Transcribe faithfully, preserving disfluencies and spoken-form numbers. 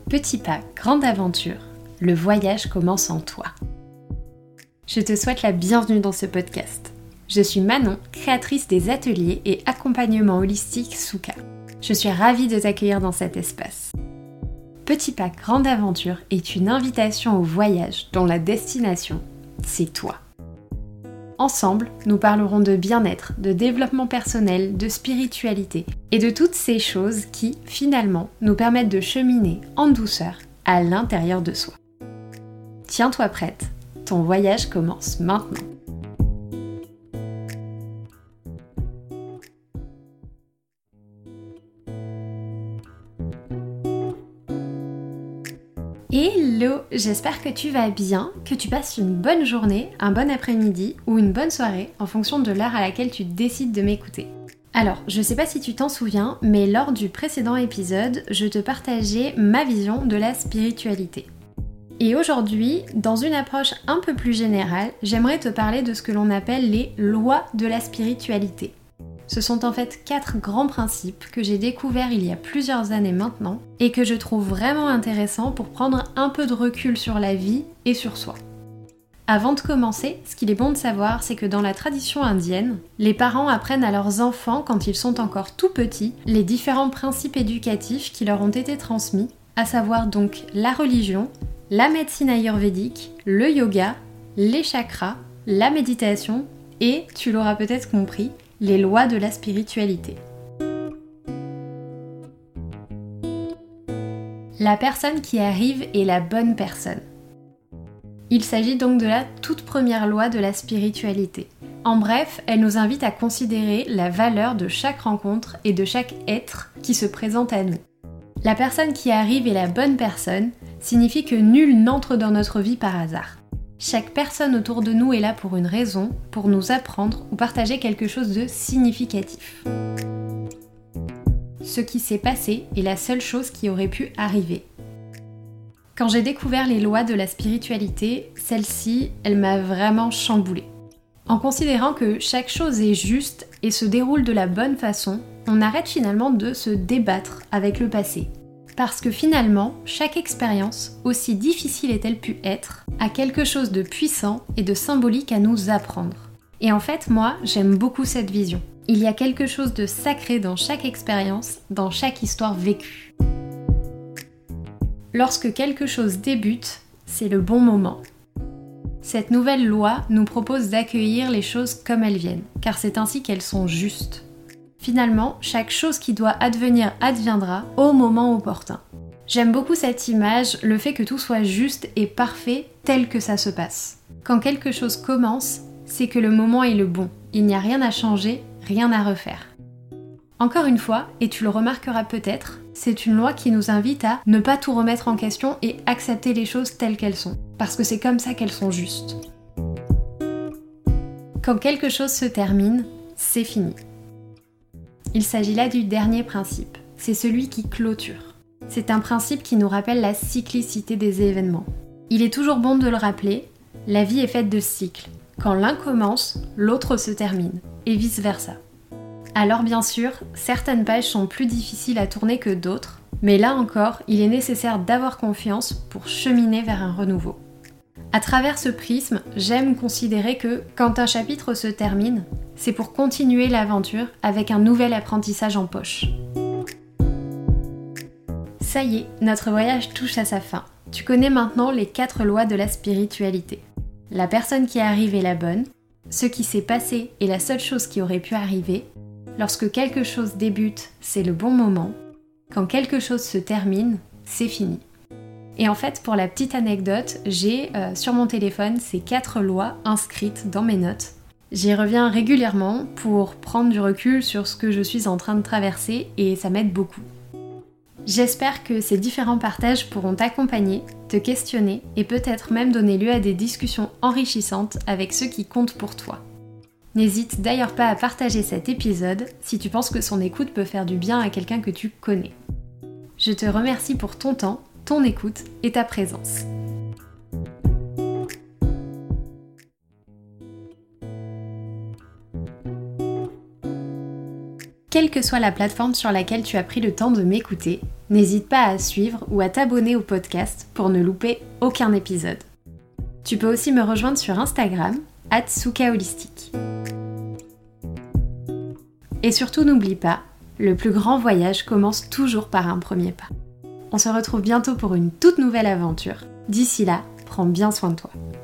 Petit pas, grande aventure, le voyage commence en toi. Je te souhaite la bienvenue dans ce podcast. Je suis Manon, créatrice des ateliers et accompagnement holistique Souka. Je suis ravie de t'accueillir dans cet espace. Petit pas, grande aventure est une invitation au voyage dont la destination, c'est toi. Ensemble, nous parlerons de bien-être, de développement personnel, de spiritualité et de toutes ces choses qui, finalement, nous permettent de cheminer en douceur à l'intérieur de soi. Tiens-toi prête, ton voyage commence maintenant. Hello, j'espère que tu vas bien, que tu passes une bonne journée, un bon après-midi ou une bonne soirée en fonction de l'heure à laquelle tu décides de m'écouter. Alors, je sais pas si tu t'en souviens, mais lors du précédent épisode, je te partageais ma vision de la spiritualité. Et aujourd'hui, dans une approche un peu plus générale, j'aimerais te parler de ce que l'on appelle les lois de la spiritualité. Ce sont en fait quatre grands principes que j'ai découverts il y a plusieurs années maintenant et que je trouve vraiment intéressants pour prendre un peu de recul sur la vie et sur soi. Avant de commencer, ce qu'il est bon de savoir, c'est que dans la tradition indienne, les parents apprennent à leurs enfants, quand ils sont encore tout petits, les différents principes éducatifs qui leur ont été transmis, à savoir donc la religion, la médecine ayurvédique, le yoga, les chakras, la méditation et, tu l'auras peut-être compris, les lois de la spiritualité. La personne qui arrive est la bonne personne. Il s'agit donc de la toute première loi de la spiritualité. En bref, elle nous invite à considérer la valeur de chaque rencontre et de chaque être qui se présente à nous. La personne qui arrive est la bonne personne signifie que nul n'entre dans notre vie par hasard. Chaque personne autour de nous est là pour une raison, pour nous apprendre ou partager quelque chose de significatif. Ce qui s'est passé est la seule chose qui aurait pu arriver. Quand j'ai découvert les lois de la spiritualité, celle-ci, elle m'a vraiment chamboulée. En considérant que chaque chose est juste et se déroule de la bonne façon, on arrête finalement de se débattre avec le passé. Parce que finalement, chaque expérience, aussi difficile ait-elle pu être, a quelque chose de puissant et de symbolique à nous apprendre. Et en fait, moi, j'aime beaucoup cette vision. Il y a quelque chose de sacré dans chaque expérience, dans chaque histoire vécue. Lorsque quelque chose débute, c'est le bon moment. Cette nouvelle loi nous propose d'accueillir les choses comme elles viennent, car c'est ainsi qu'elles sont justes. Finalement, chaque chose qui doit advenir adviendra au moment opportun. J'aime beaucoup cette image, le fait que tout soit juste et parfait tel que ça se passe. Quand quelque chose commence, c'est que le moment est le bon. Il n'y a rien à changer, rien à refaire. Encore une fois, et tu le remarqueras peut-être, c'est une loi qui nous invite à ne pas tout remettre en question et accepter les choses telles qu'elles sont. Parce que c'est comme ça qu'elles sont justes. Quand quelque chose se termine, c'est fini. Il s'agit là du dernier principe, c'est celui qui clôture. C'est un principe qui nous rappelle la cyclicité des événements. Il est toujours bon de le rappeler, la vie est faite de cycles. Quand l'un commence, l'autre se termine, et vice-versa. Alors bien sûr, certaines pages sont plus difficiles à tourner que d'autres, mais là encore, il est nécessaire d'avoir confiance pour cheminer vers un renouveau. À travers ce prisme, j'aime considérer que quand un chapitre se termine, c'est pour continuer l'aventure avec un nouvel apprentissage en poche. Ça y est, notre voyage touche à sa fin. Tu connais maintenant les quatre lois de la spiritualité. La personne qui arrive est la bonne, ce qui s'est passé est la seule chose qui aurait pu arriver, lorsque quelque chose débute, c'est le bon moment, quand quelque chose se termine, c'est fini. Et en fait, pour la petite anecdote, j'ai euh, sur mon téléphone ces quatre lois inscrites dans mes notes. J'y reviens régulièrement pour prendre du recul sur ce que je suis en train de traverser et ça m'aide beaucoup. J'espère que ces différents partages pourront t'accompagner, te questionner et peut-être même donner lieu à des discussions enrichissantes avec ceux qui comptent pour toi. N'hésite d'ailleurs pas à partager cet épisode si tu penses que son écoute peut faire du bien à quelqu'un que tu connais. Je te remercie pour ton temps, ton écoute et ta présence. Quelle que soit la plateforme sur laquelle tu as pris le temps de m'écouter, N'hésite pas à suivre ou à t'abonner au podcast pour ne louper aucun épisode. Tu peux aussi me rejoindre sur Instagram, arobase soukaholistique. Et surtout n'oublie pas, le plus grand voyage commence toujours par un premier pas. On se retrouve bientôt pour une toute nouvelle aventure. D'ici là, prends bien soin de toi.